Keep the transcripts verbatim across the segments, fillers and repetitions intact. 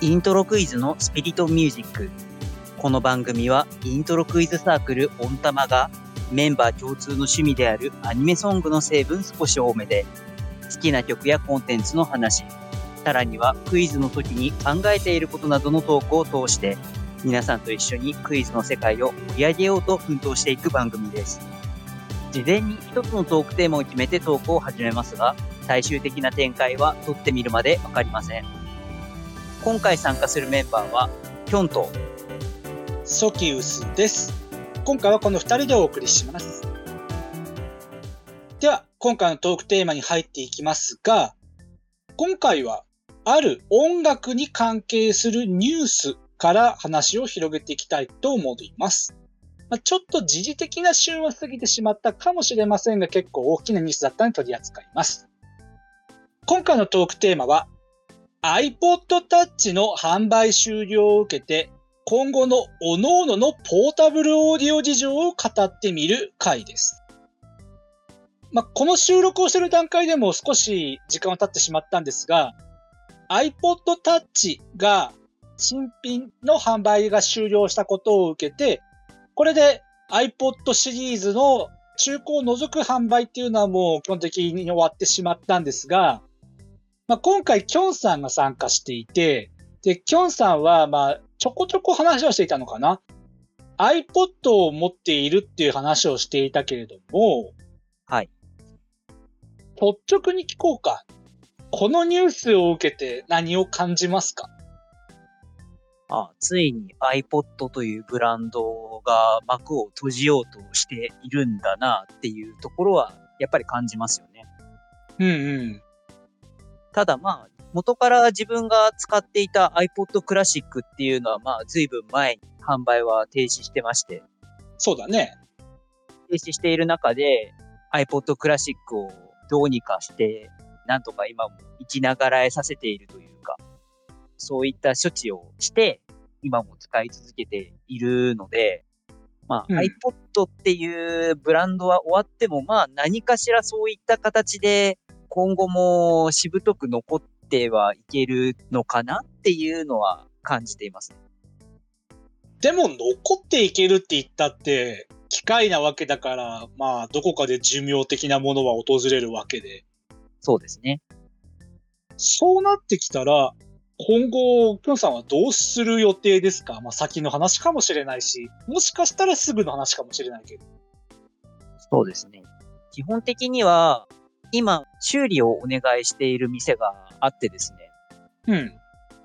イントロクイズのスピリットミュージック。この番組はイントロクイズサークルオンタマがメンバー共通の趣味であるアニメソングの成分少し多めで、好きな曲やコンテンツの話、さらにはクイズの時に考えていることなどのトークを通して、皆さんと一緒にクイズの世界を盛り上げようと奮闘していく番組です。事前に一つのトークテーマを決めてトークを始めますが、最終的な展開は撮ってみるまでわかりません。今回参加するメンバーはキョンとソキウスです。今回はこのふたりでお送りします。では今回のトークテーマに入っていきますが、今回はある音楽に関係するニュースから話を広げていきたいと思います。まあ、ちょっと時事的な週は過ぎてしまったかもしれませんが、結構大きなニュースだったので取り扱います。今回のトークテーマは iPod Touch の販売終了を受けて、今後の各々のポータブルオーディオ事情を語ってみる回です。まあ、この収録をしている段階でも少し時間が経ってしまったんですが、iPod Touch が新品の販売が終了したことを受けて、これで iPod シリーズの中古を除く販売っていうのはもう基本的に終わってしまったんですが、まあ、今回キョンさんが参加していて、で、キョンさんはまあちょこちょこ話をしていたのかな。iPod を持っているっていう話をしていたけれども、 はい。 率直に聞こうか。このニュースを受けて何を感じますか？ あ、ついに iPod というブランドが幕を閉じようとしているんだなっていうところはやっぱり感じますよね。 うんうん。 ただまあ、元から自分が使っていた iPod Classic っていうのはまあ随分前に販売は停止してまして。 そうだね。 停止している中で iPod Classic をどうにかして、なんとか今も生きながらえさせているというか、そういった処置をして、今も使い続けているので、まあ、うん、iPod っていうブランドは終わっても、まあ何かしらそういった形で今後もしぶとく残ってはいけるのかなっていうのは感じています。 でも残っていけるって言ったって機械なわけだから、まあどこかで寿命的なものは訪れるわけで。 そうですね。 そうなってきたら、今後、キョンさんはどうする予定ですか？まあ先の話かもしれないし、もしかしたらすぐの話かもしれないけど。 そうですね。基本的には、今、修理をお願いしている店があってですね。 うん。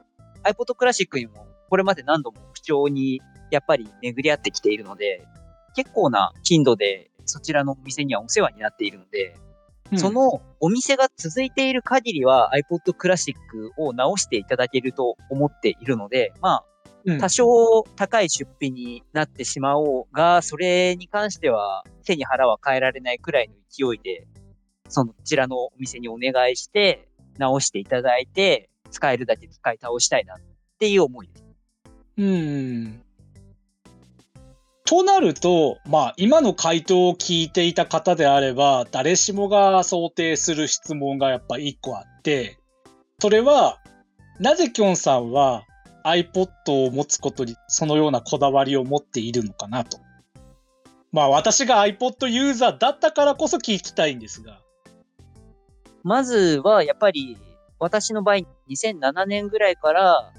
iPod Classic にもこれまで何度も不調にやっぱり巡り合ってきているので、結構な頻度でそちらのお店にはお世話になっているので、うん、そのお店が続いている限りは iPod Classic を直していただけると思っているので、まあ、うん、多少高い出費になってしまおうが、それに関しては手に腹は変えられないくらいの勢いで、そちらのお店にお願いして直していただいて、使えるだけ使い倒したいなっていう思いです。 うーん。となると、まあ今の回答を聞いていた方であれば、誰しもが想定する質問がやっぱ一個あって、それは、なぜキョンさんは iPod を持つことにそのようなこだわりを持っているのかなと。まあ私が iPod ユーザーだったからこそ聞きたいんですが。 まずはやっぱり私の場合にせんななねんぐらいから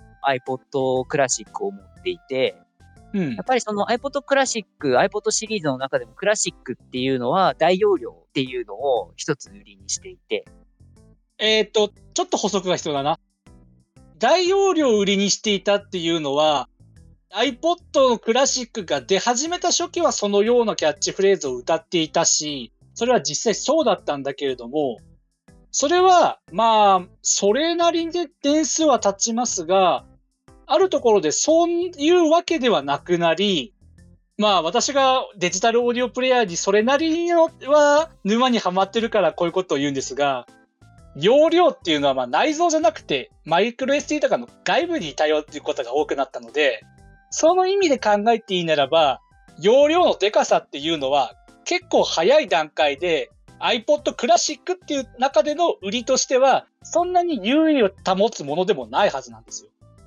iPod Classic を持っていて、うん、やっぱりその iPod Classic、iPod シリーズの中でもクラシックっていうのは大容量っていうのを一つ売りにしていて。 えっと、ちょっと補足が必要だな。大容量を売りにしていたっていうのは、iPod のクラシックが出始めた初期はそのようなキャッチフレーズを歌っていたし、それは実際そうだったんだけれども、それは、まあ、それなりに点数は経ちますが、あるところでそういうわけではなくなり、まあ私がデジタルオーディオプレイヤーにそれなりには沼にはまってるからこういうことを言うんですが、容量っていうのはまあ内蔵じゃなくてマイクロ エスディー とかの外部に対応っていうことが多くなったので、その意味で考えていいならば、容量のデカさっていうのは結構早い段階でiPod Classic っていう中での売りとしてはそんなに優位を保つものでもないはずなんですよ。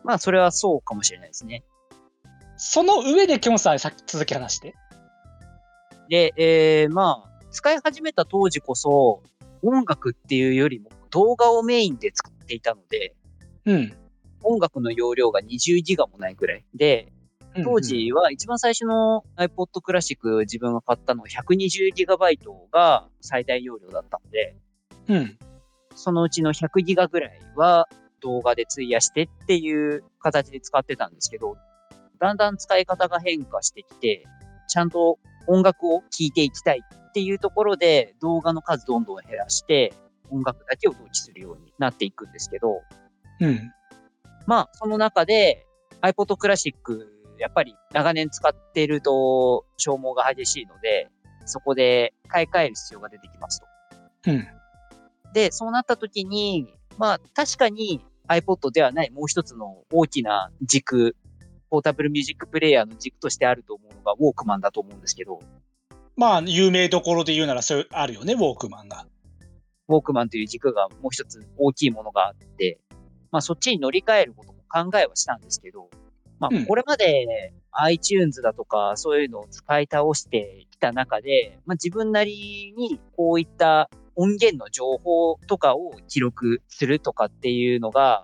まあ、それはそうかもしれないですね。 その上で、きょんさん、さっき続き話して。 で、えー、まあ、使い始めた当時こそ、音楽っていうよりも動画をメインで作っていたので、 うん。 音楽の容量がにじゅうギガもないくらいで、当時は一番最初の iPod Classic 自分が買ったのは ひゃくにじゅうギガバイト が最大容量だったので、 うん。 そのうちのひゃくギガぐらいは動画で費やしてっていう形で使ってたんですけど、だんだん使い方が変化してきて、ちゃんと音楽を聴いていきたいっていうところで動画の数どんどん減らして音楽だけを同期するようになっていくんですけど、 うん。 まあその中で iPod Classic やっぱり長年使ってると消耗が激しいので、そこで買い替える必要が出てきますと。 うん。 で、そうなった時に、まあ確かに iPod ではないもう一つの大きな軸、ポータブルミュージックプレイヤーの軸としてあると思うのがウォークマンだと思うんですけど、 まあ、有名どころで言うなら、そういう、あるよね、ウォークマンが。 ウォークマンという軸がもう一つ大きいものがあって、まあそっちに乗り換えることも考えはしたんですけど、まあこれまで iTunes だとかそういうのを使い倒してきた中で、まあ自分なりにこういった音源の情報とかを記録するとかっていうのが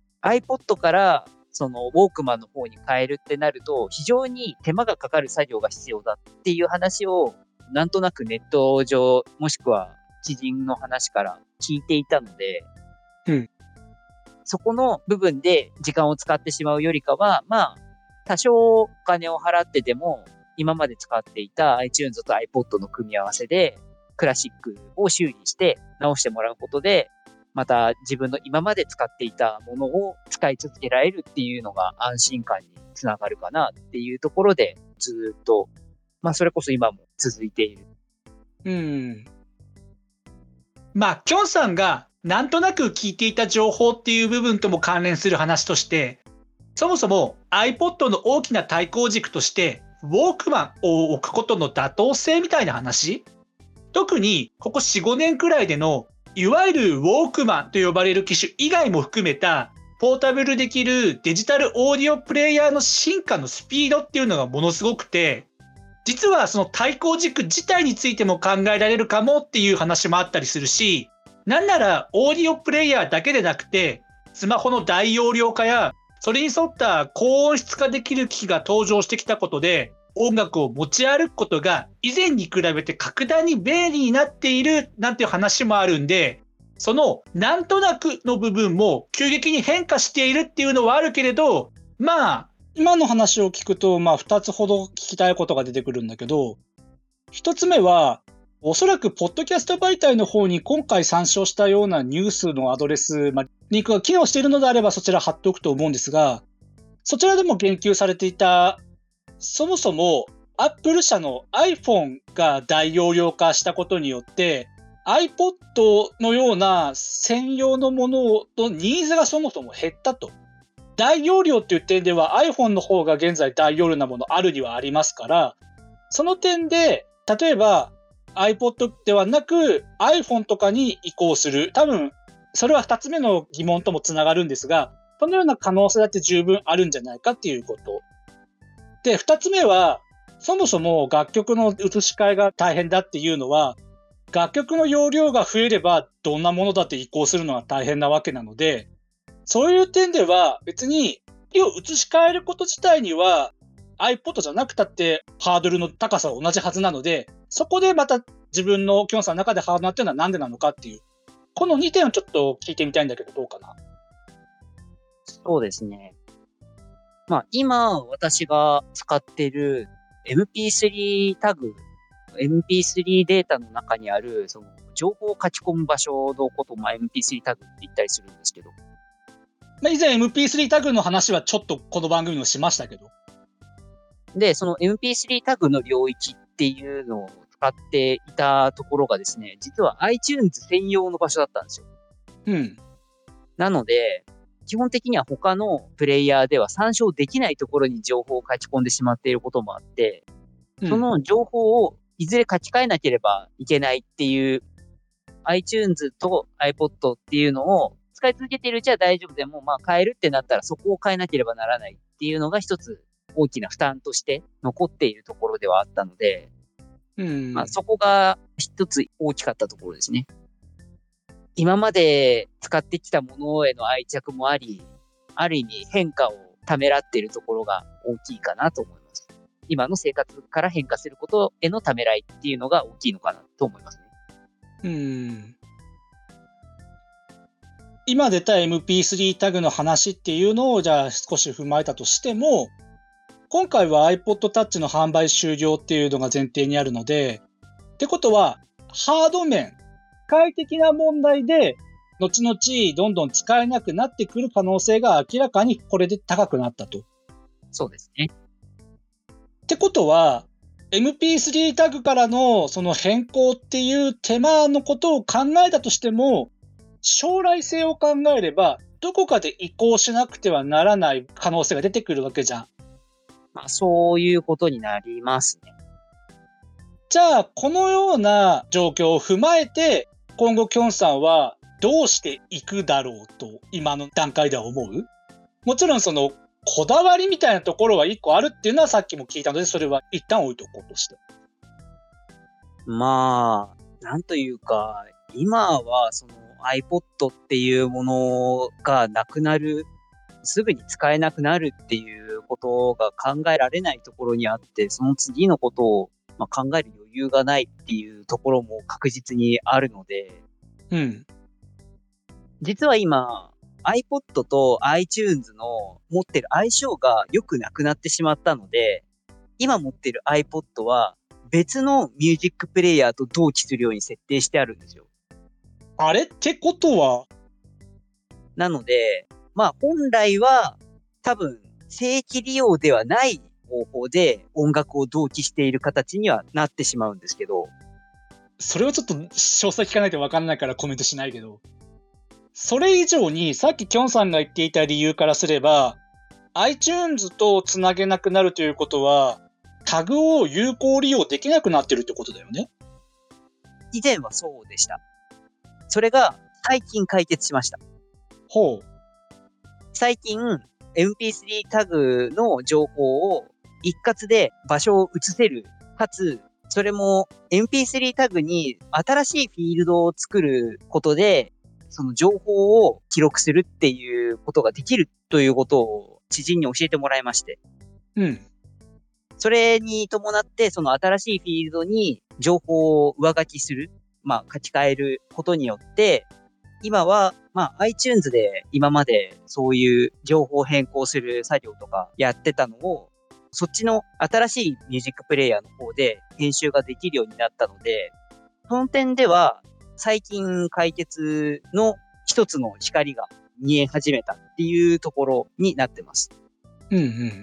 iPod からそのウォークマンの方に変えるってなると非常に手間がかかる作業が必要だっていう話をなんとなくネット上もしくは知人の話から聞いていたので、 うん、 そこの部分で時間を使ってしまうよりかは、まあ、多少お金を払ってでも、今まで使っていた iTunes と iPod の組み合わせで、クラシックを修理して直してもらうことで、また自分の今まで使っていたものを使い続けられるっていうのが安心感につながるかなっていうところで、ずっと、まあそれこそ今も続いている。 うん。まあ、きょんさんがなんとなく聞いていた情報っていう部分とも関連する話として、そもそも iPod の大きな対抗軸として、ウォークマンを置くことの妥当性みたいな話、特にここよん、ごねんくらいでの、いわゆるウォークマンと呼ばれる機種以外も含めた、ポータブルできるデジタルオーディオプレイヤーの進化のスピードっていうのがものすごくて、実はその対抗軸自体についても考えられるかもっていう話もあったりするし、なんならオーディオプレイヤーだけでなくて、スマホの大容量化や、それに沿った高音質化できる機器が登場してきたことで、音楽を持ち歩くことが以前に比べて格段に便利になっているなんていう話もあるんで、そのなんとなくの部分も急激に変化しているっていうのはあるけれど、まあ、今の話を聞くと、まあ、ふたつほど聞きたいことが出てくるんだけど、ひとつめは、おそらく、ポッドキャスト媒体の方に今回参照したようなニュースのアドレス、まあ、リンクが機能しているのであればそちら貼っておくと思うんですが、そちらでも言及されていた、そもそも Apple 社の iPhone が大容量化したことによって、iPod のような専用のもののニーズがそもそも減ったと。大容量っていう点では iPhone の方が現在大容量なものあるにはありますから、その点で、例えば iPod ではなく iPhone とかに移行する。多分、それはふたつめの疑問ともつながるんですが、そのような可能性だって十分あるんじゃないかっていうこと。で、ふたつめは、そもそも楽曲の移し替えが大変だっていうのは、楽曲の容量が増えればどんなものだって移行するのは大変なわけなので、そういう点では別にを移し替えること自体には iPod じゃなくたってハードルの高さは同じはずなので、そこでまた自分のきょんさんの中でハードルになってるのはなんでなのかっていう、このにてんをちょっと聞いてみたいんだけどどうかな。 そうですね。まあ今私が使っている エムピースリー タグ、エムピースリー データの中にあるその情報を書き込む場所のことを エムピースリー タグって言ったりするんですけど、 まあ、以前 エムピースリー タグの話はちょっとこの番組もしましたけど。 で、その エムピースリー タグの領域っていうのを使っていたところがですね、実は iTunes 専用の場所だったんですよ。 うん。 なので、基本的には他のプレイヤーでは参照できないところに情報を書き込んでしまっていることもあって、 うん、 その情報をいずれ書き換えなければいけないっていう iTunes と iPod っていうのを使使い続けているうちは大丈夫でも、まあ変えるってなったらそこを変えなければならないっていうのが一つ大きな負担として残っているところではあったので、 うん。 まあそこが一つ大きかったところですね。今まで使ってきたものへの愛着もあり、ある意味変化をためらっているところが大きいかなと思います。今の生活から変化することへのためらいっていうのが大きいのかなと思いますね。 うん。今出た エムピースリー タグの話っていうのをじゃあ少し踏まえたとしても、今回は iPod Touch の販売終了っていうのが前提にあるので、ってことはハード面、機械的な問題で後々どんどん使えなくなってくる可能性が明らかにこれで高くなったと。 そうですね。 ってことは エムピースリー タグからのその変更っていう手間のことを考えたとしても、将来性を考えればどこかで移行しなくてはならない可能性が出てくるわけじゃん。 まあそういうことになりますね。 じゃあこのような状況を踏まえて今後キョンさんはどうしていくだろうと今の段階では思う？もちろんそのこだわりみたいなところは一個あるっていうのはさっきも聞いたので、それは一旦置いとこうとして。 まあ、なんというか、今はその iPod っていうものがなくなる、すぐに使えなくなるっていうことが考えられないところにあって、その次のことをまあ考える余裕がないっていうところも確実にあるので、 うん。 実は今、iPod と iTunes の持ってる相性が良くなくなってしまったので、今持ってる iPod は別のミュージックプレイヤーと同期するように設定してあるんですよ。 あれってことは、 なので、まあ本来は多分正規利用ではない方法で音楽を同期している形にはなってしまうんですけど、 それはちょっと詳細聞かないと分かんないからコメントしないけど、それ以上にさっきキョンさんが言っていた理由からすれば、iTunes とつなげなくなるということは、タグを有効利用できなくなってるってことだよね。 以前はそうでした。それが最近解決しました。 ほう。 最近 エムピースリー タグの情報を一括で場所を移せる。かつ、それも エムピースリー タグに新しいフィールドを作ることで、その情報を記録するっていうことができるということを知人に教えてもらいまして。 うん。 それに伴って、その新しいフィールドに情報を上書きする。まあ書き換えることによって、今は、まあ iTunes で今までそういう情報変更する作業とかやってたのを、そっちの新しいミュージックプレイヤーの方で編集ができるようになったので、その点では最近解決の一つの光が見え始めたっていうところになってます。 うんうん。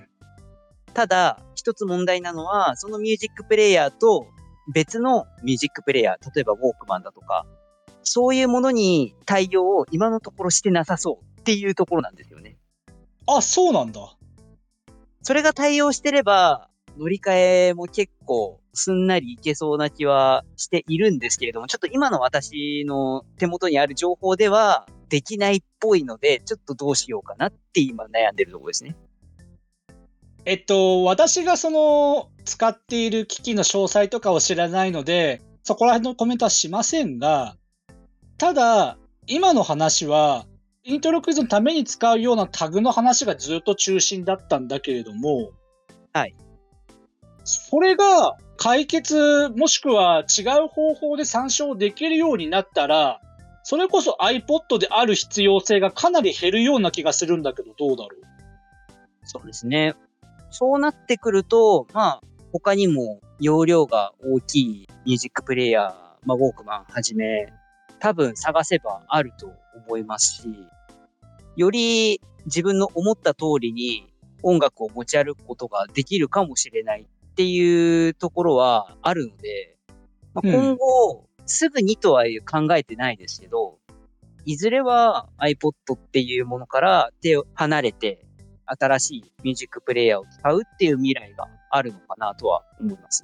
ただ、一つ問題なのは、そのミュージックプレイヤーと別のミュージックプレイヤー、例えばウォークマンだとか、そういうものに対応を今のところしてなさそうっていうところなんですよね。 あ、そうなんだ。 それが対応してれば、乗り換えも結構すんなりいけそうな気はしているんですけれども、ちょっと今の私の手元にある情報ではできないっぽいので、ちょっとどうしようかなって今悩んでるところですね。 えっと、私がその使っている機器の詳細とかを知らないので、そこら辺のコメントはしませんが、ただ、今の話は、イントロクイズのために使うようなタグの話がずっと中心だったんだけれども、 はい。 それが解決もしくは違う方法で参照できるようになったら、それこそ iPod である必要性がかなり減るような気がするんだけど、どうだろう？ そうですね。そうなってくると、まあ、他にも容量が大きいミュージックプレイヤー、まあ、ウォークマンはじめ、多分探せばあると思いますし、より自分の思った通りに音楽を持ち歩くことができるかもしれないっていうところはあるので、まあ、今後、すぐにとは考えてないですけど、いずれは iPod っていうものから手を離れて、新しいミュージックプレイヤーを使うっていう未来があるのかなとは思います。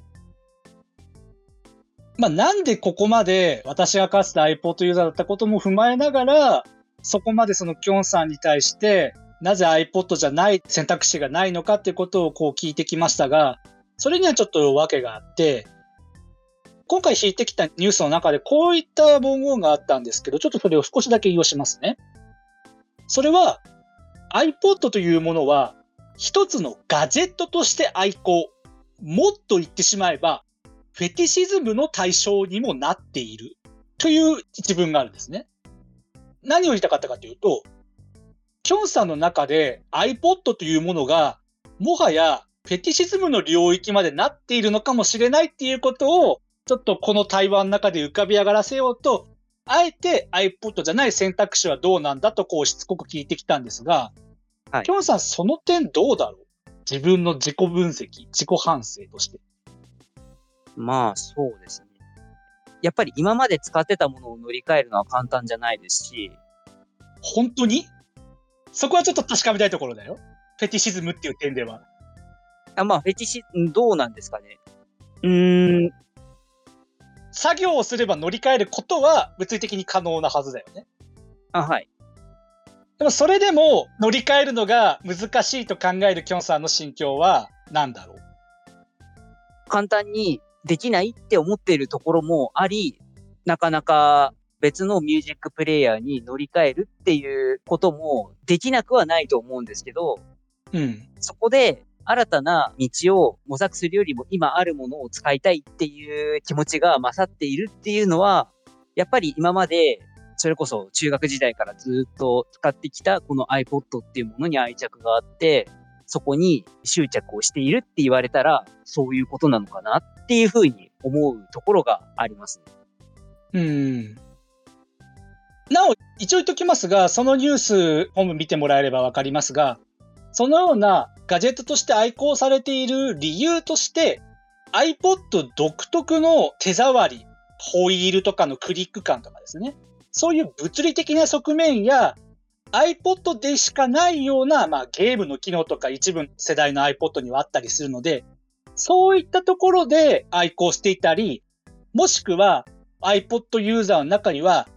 まあ、なんでここまで私がかつて iPod ユーザーだったことも踏まえながら、 そこまでそのキョンさんに対して、なぜ iPod じゃない選択肢がないのかっていうことをこう聞いてきましたが、それにはちょっと訳があって、今回引いてきたニュースの中でこういった文言があったんですけど、ちょっとそれを少しだけ引用しますね。それは iPod というものは一つのガジェットとして愛好、もっと言ってしまえばフェティシズムの対象にもなっているという一文があるんですね。何を言いたかったかというと、キョンさんの中で iPod というものがもはやフェティシズムの領域までなっているのかもしれないっていうことをちょっとこの対話の中で浮かび上がらせようと、あえて iPod じゃない選択肢はどうなんだとこうしつこく聞いてきたんですが、はい、キョンさんその点どうだろう？自分の自己分析、自己反省として。 まあそうですね。やっぱり今まで使ってたものを乗り換えるのは簡単じゃないですし。 本当に？そこはちょっと確かめたいところだよ。フェティシズムっていう点では。 あ、まあフェティシズム、どうなんですかね。うーん。 作業をすれば乗り換えることは物理的に可能なはずだよね。 あ、はい。 でもそれでも乗り換えるのが難しいと考えるキョンさんの心境は何だろう？ 簡単にできないって思っているところもあり、なかなか別のミュージックプレイヤーに乗り換えるっていうこともできなくはないと思うんですけど、 うん、 そこで新たな道を模索するよりも今あるものを使いたいっていう気持ちが勝っているっていうのは、やっぱり今までそれこそ中学時代からずっと使ってきたこの iPod っていうものに愛着があって、そこに執着をしているって言われたら、そういうことなのかなっていうふうに思うところがありますね。 うん。なお、一応言っときますが、そのニュース本文見てもらえればわかりますが、そのようなガジェットとして愛好されている理由として、iPod 独特の手触り、ホイールとかのクリック感とかですね。そういう物理的な側面や、iPod でしかないような、まあ、ゲームの機能とか一部世代の iPod にはあったりするので、そういったところで愛好していたり、もしくは iPod ユーザーの中には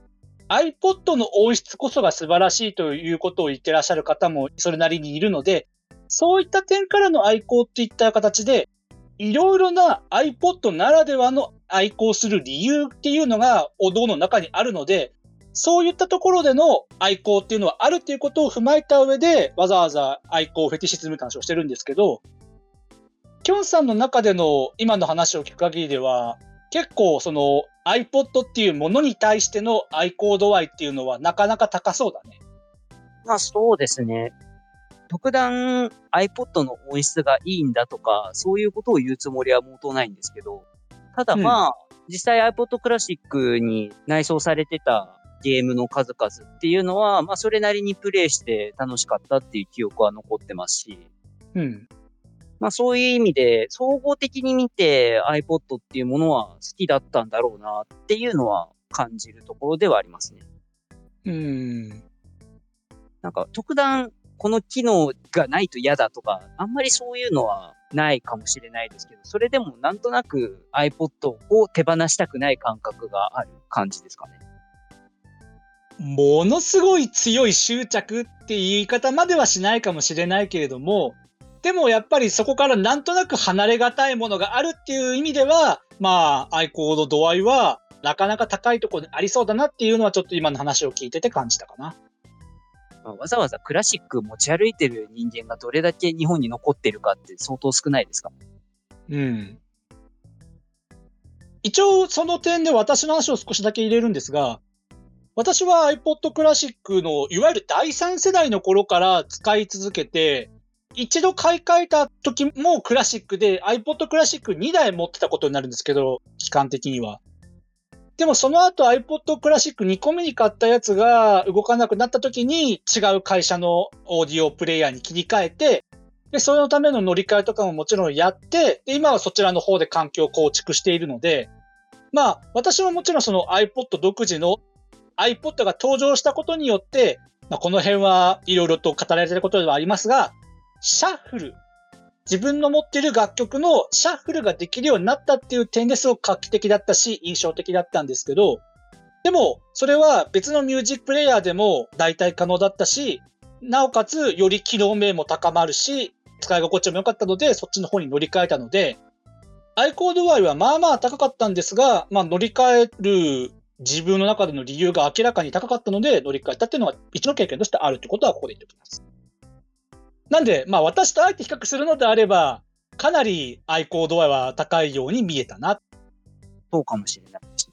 iPod の音質こそが素晴らしいということを言ってらっしゃる方もそれなりにいるので、そういった点からの愛好っていった形で、いろいろな iPod ならではの愛好する理由っていうのがお堂の中にあるので、そういったところでの愛好っていうのはあるっていうことを踏まえた上で、わざわざ愛好フェティシズムって話をしてるんですけど、キョンさんの中での今の話を聞く限りでは、結構その iPod っていうものに対しての愛好度合いっていうのはなかなか高そうだね。 まあそうですね。特段 iPod の音質がいいんだとか、そういうことを言うつもりはもとないんですけど、ただまあ、うん、実際 iPod クラシックに内装されてたゲームの数々っていうのは、まあそれなりにプレイして楽しかったっていう記憶は残ってますし、 うん。 まあそういう意味で、総合的に見て iPod っていうものは好きだったんだろうなっていうのは感じるところではありますね。 うん。 なんか特段この機能がないと嫌だとか、あんまりそういうのはないかもしれないですけど、それでもなんとなく iPod を手放したくない感覚がある感じですかね。 ものすごい強い執着っていう言い方まではしないかもしれないけれども、でもやっぱりそこからなんとなく離れがたいものがあるっていう意味では、まあ愛好の度合いはなかなか高いところにありそうだなっていうのはちょっと今の話を聞いてて感じたかな。 まあ、わざわざクラシック持ち歩いてる人間がどれだけ日本に残ってるかって相当少ないですか？ うん。一応その点で私の話を少しだけ入れるんですが、私は iPod クラシックのいわゆるだいさん世代の頃から使い続けて、一度買い替えた時もクラシックで iPod クラシックにだい持ってたことになるんですけど、期間的には。でもその後 iPod クラシックにこめに買ったやつが動かなくなった時に違う会社のオーディオプレイヤーに切り替えて、で、そのための乗り換えとかももちろんやって、で、今はそちらの方で環境を構築しているので、まあ、私ももちろんその iPod 独自の iPod が登場したことによって、まあ、この辺はいろいろと語られていることではありますが、シャッフル。自分の持っている楽曲のシャッフルができるようになったっていう点ですごく画期的だったし、印象的だったんですけど、 でも、それは別のミュージックプレイヤーでも大体可能だったし、なおかつより機能面も高まるし、使い心地も良かったので、そっちの方に乗り換えたので、iCodeY はまあまあ高かったんですが、まあ乗り換える自分の中での理由が明らかに高かったので乗り換えたっていうのは一の経験としてあるってことはここで言っておきます。なんで、まあ私とあえて比較するのであれば、かなり iCodeY は高いように見えたな。 そうかもしれないです。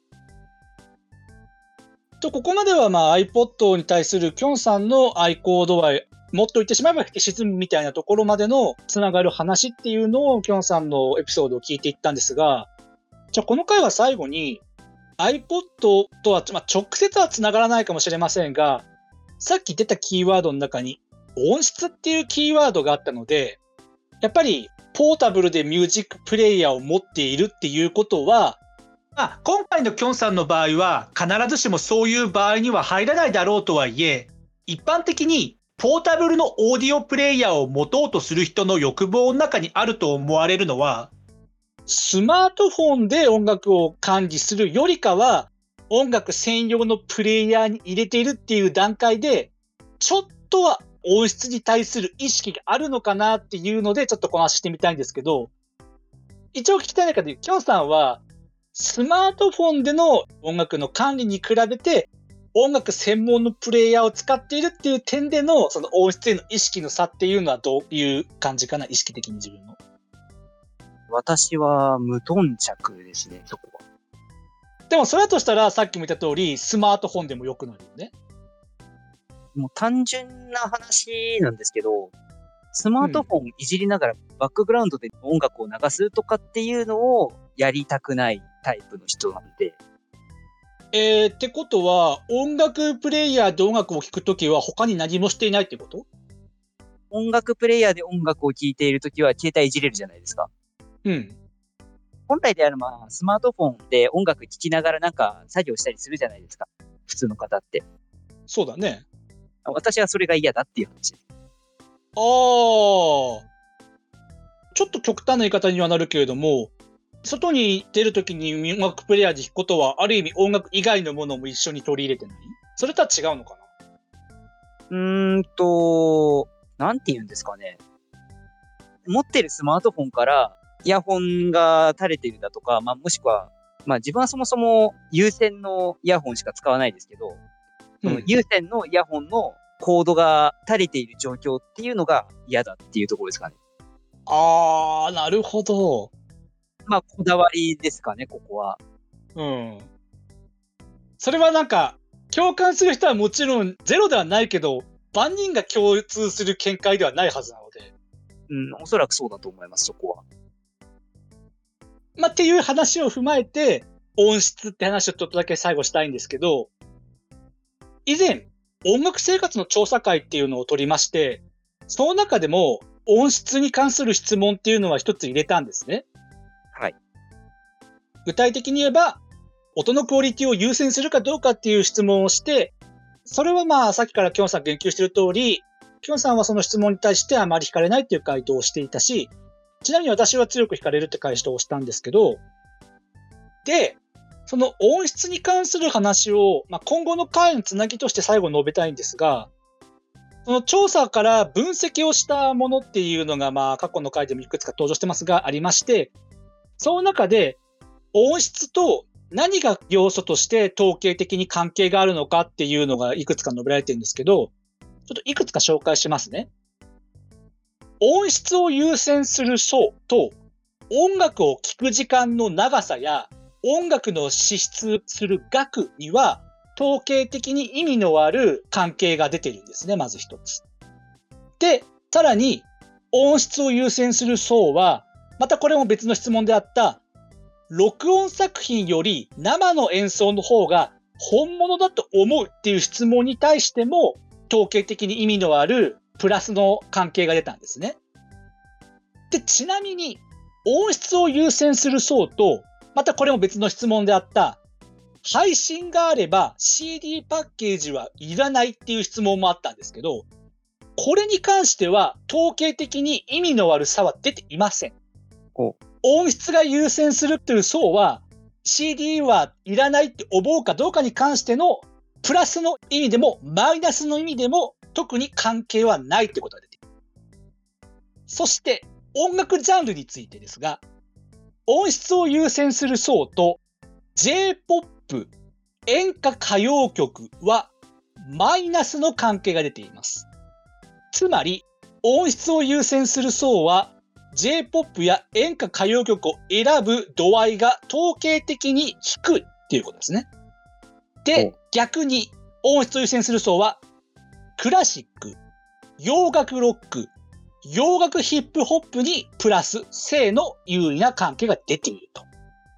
と、ここまではまあ iPod に対するきょんさんの iCodeY、もっと言ってしまえばフェチズムみたいなところまでのつながる話っていうのをきょんさんのエピソードを聞いていったんですが、じゃあこの回は最後に iPod とは、まあ、直接はつながらないかもしれませんが、さっき出たキーワードの中に音質っていうキーワードがあったので、やっぱりポータブルでミュージックプレイヤーを持っているっていうことは、まあ、今回のきょんさんの場合は必ずしもそういう場合には入らないだろうとはいえ、一般的にポータブルのオーディオプレイヤーを持とうとする人の欲望の中にあると思われるのは、スマートフォンで音楽を管理するよりかは、音楽専用のプレイヤーに入れているっていう段階で、ちょっとは音質に対する意識があるのかなっていうので、ちょっとこの話してみたいんですけど、一応聞きたい中で、きょんさんは、スマートフォンでの音楽の管理に比べて、音楽専門のプレイヤーを使っているっていう点での、その音質への意識の差っていうのはどういう感じかな、意識的に自分の。 私は無頓着ですね、そこは。 でもそれだとしたら、さっきも言った通り、スマートフォンでも良くなるよね。 もう単純な話なんですけど、スマートフォンいじりながらバックグラウンドで音楽を流すとかっていうのをやりたくないタイプの人なんで。 えー、ってことは、音楽プレイヤーで音楽を聴くときは他に何もしていないってこと？ 音楽プレイヤーで音楽を聴いているときは携帯いじれるじゃないですか。 うん。 本来であれば、スマートフォンで音楽聴きながらなんか作業したりするじゃないですか。普通の方って。 そうだね。 私はそれが嫌だっていう話です。 あー。ちょっと極端な言い方にはなるけれども、外に出るときに音楽プレイヤーで弾くことは、ある意味音楽以外のものも一緒に取り入れてない？それとは違うのかな？ うーんと、なんて言うんですかね。持ってるスマートフォンからイヤホンが垂れてるだとか、まあもしくは、まあ自分はそもそも有線のイヤホンしか使わないですけど、その有線のイヤホンのコードが垂れている状況っていうのが嫌だっていうところですかね。 あー、なるほど。 まあこだわりですかね、ここは。 うん。それはなんか、共感する人はもちろんゼロではないけど、万人が共通する見解ではないはずなので。 うん、おそらくそうだと思います、そこは。 まあ、っていう話を踏まえて、音質って話をちょっとだけ最後したいんですけど、以前、音楽生活の調査会っていうのを取りまして、その中でも音質に関する質問っていうのは一つ入れたんですね。 はい。 具体的に言えば、音のクオリティを優先するかどうかっていう質問をして、それはまあさっきからきょんさん言及している通り、きょんさんはその質問に対してあまり惹かれないっていう回答をしていたし、ちなみに私は強く惹かれるって回答をしたんですけど、で、その音質に関する話を、まあ、今後の回のつなぎとして最後述べたいんですが、その調査から分析をしたものっていうのが、まあ過去の回でもいくつか登場してますが、ありまして、その中で音質と何が要素として統計的に関係があるのかっていうのがいくつか述べられてるんですけど、ちょっといくつか紹介しますね。音質を優先する層と音楽を聴く時間の長さや音楽の支出する額には統計的に意味のある関係が出てるんですね、まず一つ。で、さらに音質を優先する層は、またこれも別の質問であった、録音作品より生の演奏の方が本物だと思うっていう質問に対しても統計的に意味のあるプラスの関係が出たんですね。で、ちなみに音質を優先する層と、またこれも別の質問であった、配信があれば シーディー パッケージはいらないっていう質問もあったんですけど、これに関しては統計的に意味のある差は出ていません。音質が優先するっていう層はシーディー はいらないって思うかどうかに関してのプラスの意味でもマイナスの意味でも特に関係はないってことが出ている。そして音楽ジャンルについてですが、音質を優先する層と J-ポップ、演歌歌謡曲はマイナスの関係が出ています。つまり音質を優先する層は J-ポップ や演歌歌謡曲を選ぶ度合いが統計的に低いっていうことですね。で、逆に音質を優先する層はクラシック、洋楽ロック、洋楽ヒップホップにプラス正の有利な関係が出ていると。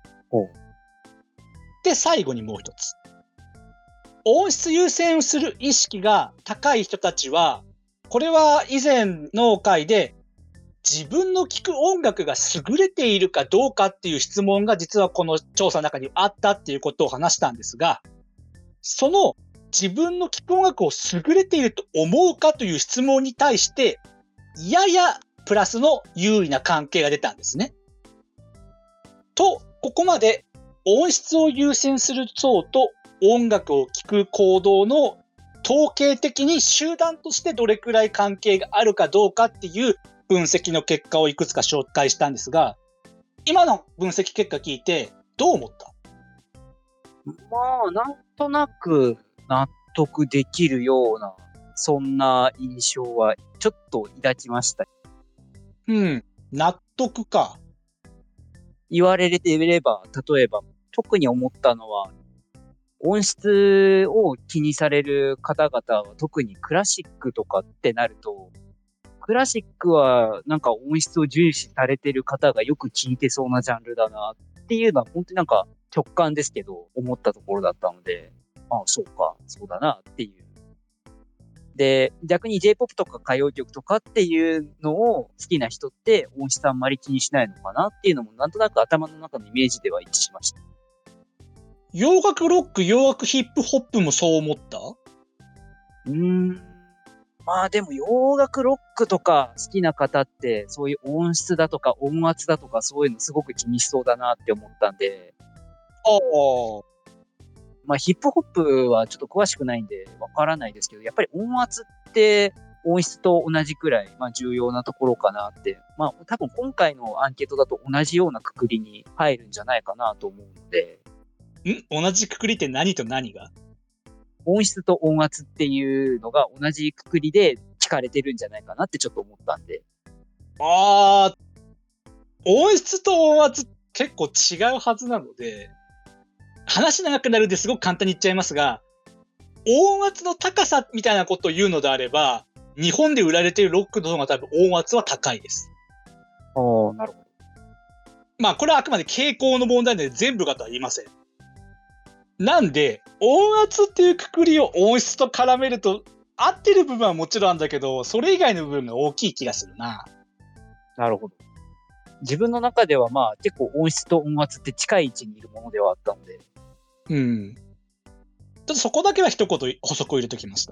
で、最後にもう一つ。音質優先する意識が高い人たちは、これは以前の回で自分の聴く音楽が優れているかどうかっていう質問が実はこの調査の中にあったっていうことを話したんですが、その自分の聴く音楽を優れていると思うかという質問に対して、ややプラスの有利な関係が出たんですね。と、ここまで音質を優先する層と音楽を聴く行動の統計的に集団としてどれくらい関係があるかどうかっていう分析の結果をいくつか紹介したんですが、今の分析結果聞いてどう思った？ まあ、なんとなく納得できるような、そんな印象はちょっと抱きました。 うん、納得か。 言われてみれば、例えば、特に思ったのは、音質を気にされる方々は特にクラシックとかってなると、クラシックはなんか音質を重視されてる方がよく聴いてそうなジャンルだなっていうのは本当になんか直感ですけど思ったところだったので、ああ、そうか、そうだなっていう。で、逆に J-ポップ とか歌謡曲とかっていうのを好きな人って音質あんまり気にしないのかなっていうのもなんとなく頭の中のイメージでは一致しました。 洋楽ロック、洋楽ヒップホップもそう思った？ うーん。まあでも洋楽ロックとか好きな方ってそういう音質だとか音圧だとかそういうのすごく気にしそうだなって思ったんで。 ああ。 まあヒップホップはちょっと詳しくないんでわからないですけど、やっぱり音圧って音質と同じくらい、まあ、重要なところかなって。まあ多分今回のアンケートだと同じようなくくりに入るんじゃないかなと思うので。 ん？同じくくりって何と何が？ 音質と音圧っていうのが同じくくりで聞かれてるんじゃないかなってちょっと思ったんで。 ああ、音質と音圧結構違うはずなので、話長くなるんですごく簡単に言っちゃいますが、音圧の高さみたいなことを言うのであれば、日本で売られているロックの方が多分音圧は高いです。 ああ、なるほど。 まあこれはあくまで傾向の問題で全部がとは言いません。なんで、音圧っていうくくりを音質と絡めると、合ってる部分はもちろんだけど、それ以外の部分が大きい気がするな。 なるほど。自分の中ではまあ結構音質と音圧って近い位置にいるものではあったので。 うん。ちょっとそこだけは一言補足を入れときました。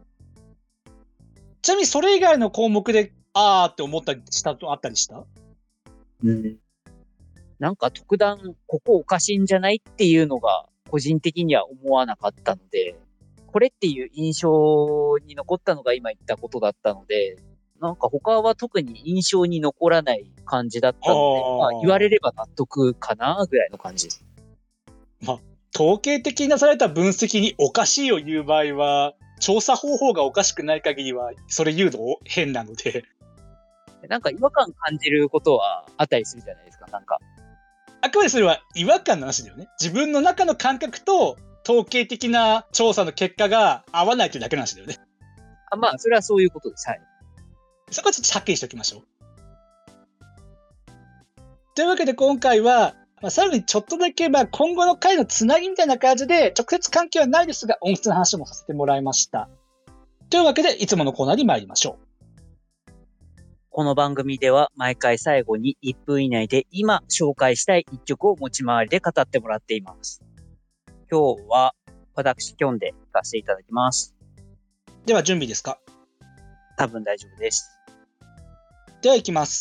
ちなみにそれ以外の項目で、あーって思ったりしたとあったりした？ うん。なんか特段ここおかしいんじゃないっていうのが個人的には思わなかったので、これっていう印象に残ったのが今言ったことだったので、なんか他は特に印象に残らない感じだったので、まあ言われれば納得かなぐらいの感じです。 まあ、統計的になされた分析におかしいを言う場合は、調査方法がおかしくない限りは、それ言うの変なので。 なんか違和感感じることはあったりするじゃないですか、なんか。 あくまでそれは違和感の話だよね。自分の中の感覚と統計的な調査の結果が合わないというだけの話だよね。 あ、まあ、それはそういうことです。はい。 そこはちょっとはっきりしておきましょう。というわけで今回は、まあ、さらにちょっとだけまあ今後の回のつなぎみたいな感じで、直接関係はないですが、音質の話もさせてもらいました。というわけで、いつものコーナーに参りましょう。 この番組では毎回最後にいっぷん以内で今紹介したいいっきょくを持ち回りで語ってもらっています。今日は私キョンで聞かせていただきます。 では準備ですか？ 多分大丈夫です。 では行きます。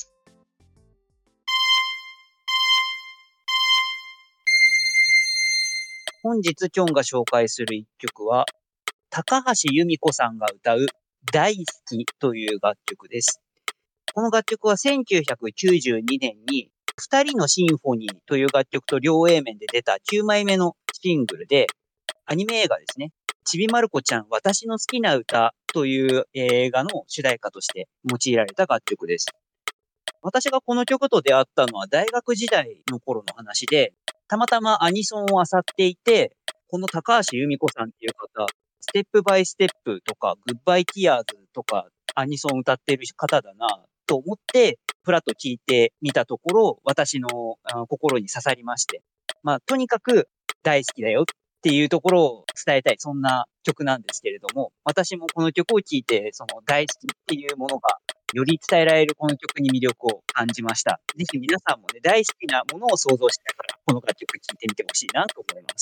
本日キョンが紹介する一曲は、高橋由美子さんが歌う大好きという楽曲です。この楽曲はせんきゅうひゃくきゅうじゅうにねんに二人のシンフォニーという楽曲と両 A 面で出たきゅうまいめのシングルで、アニメ映画ですね。ちびまる子ちゃん私の好きな歌という映画の主題歌として用いられた楽曲です。私がこの曲と出会ったのは大学時代の頃の話で、たまたまアニソンを漁っていて、この高橋由美子さんっていう方、ステップバイステップとか、グッバイティアーズとか、アニソン歌ってる方だなと思って、ふらっと聞いてみたところ、私の心に刺さりまして。まあ、とにかく大好きだよっていうところを伝えたい、そんな曲なんですけれども、私もこの曲を聴いて、その大好きっていうものが、より伝えられるこの曲に魅力を感じました。ぜひ皆さんもね、大好きなものを想像しながら、この楽曲聴いてみてほしいなと思います。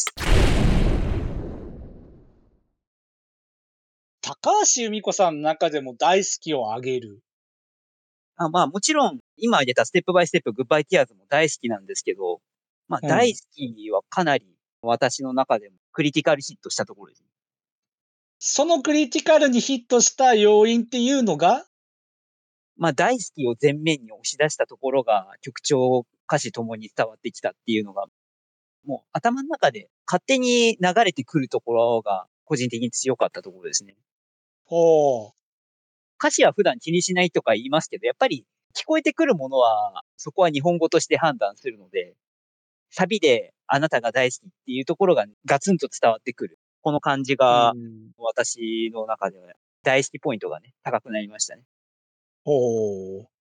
高橋由美子さんの中でも大好きをあげる。 あまあもちろん、今挙げたステップバイステップ、グッバイティアーズも大好きなんですけど、まあ大好きはかなり私の中でもクリティカルヒットしたところです。 そのクリティカルにヒットした要因っていうのが、 まあ大好きを前面に押し出したところが曲調、歌詞ともに伝わってきたっていうのが、もう頭の中で勝手に流れてくるところが個人的に強かったところですね。 ほう。 歌詞は普段気にしないとか言いますけど、やっぱり聞こえてくるものは、そこは日本語として判断するので、サビであなたが大好きっていうところがガツンと伝わってくる。この感じが、私の中では大好きポイントがね、高くなりましたね。 ほう。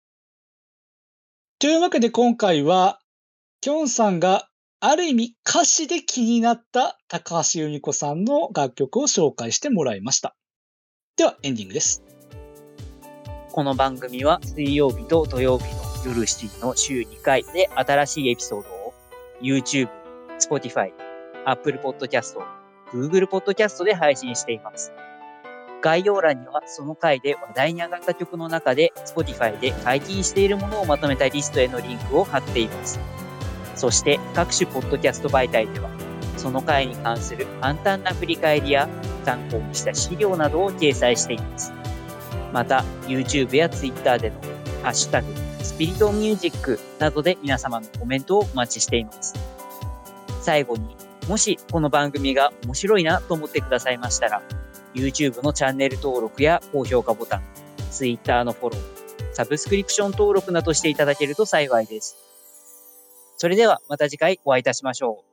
というわけで今回は、きょんさんがある意味歌詞で気になった高橋由美子さんの楽曲を紹介してもらいました。ではエンディングです。 この番組は水曜日と土曜日の夜しちじの週にかいで新しいエピソードを YouTube、Spotify、Apple Podcast、Google Podcast で配信しています。概要欄にはその回で話題に上がった曲の中で Spotify で解禁しているものをまとめたリストへのリンクを貼っています。そして各種ポッドキャスト媒体ではその回に関する簡単な振り返りや参考にした資料などを掲載しています。また YouTube や Twitter でのハッシュタグスピリトミュージックなどで皆様のコメントをお待ちしています。最後にもしこの番組が面白いなと思ってくださいましたらYouTube のチャンネル登録や高評価ボタン、Twitter のフォロー、サブスクリプション登録などしていただけると幸いです。それではまた次回お会いいたしましょう。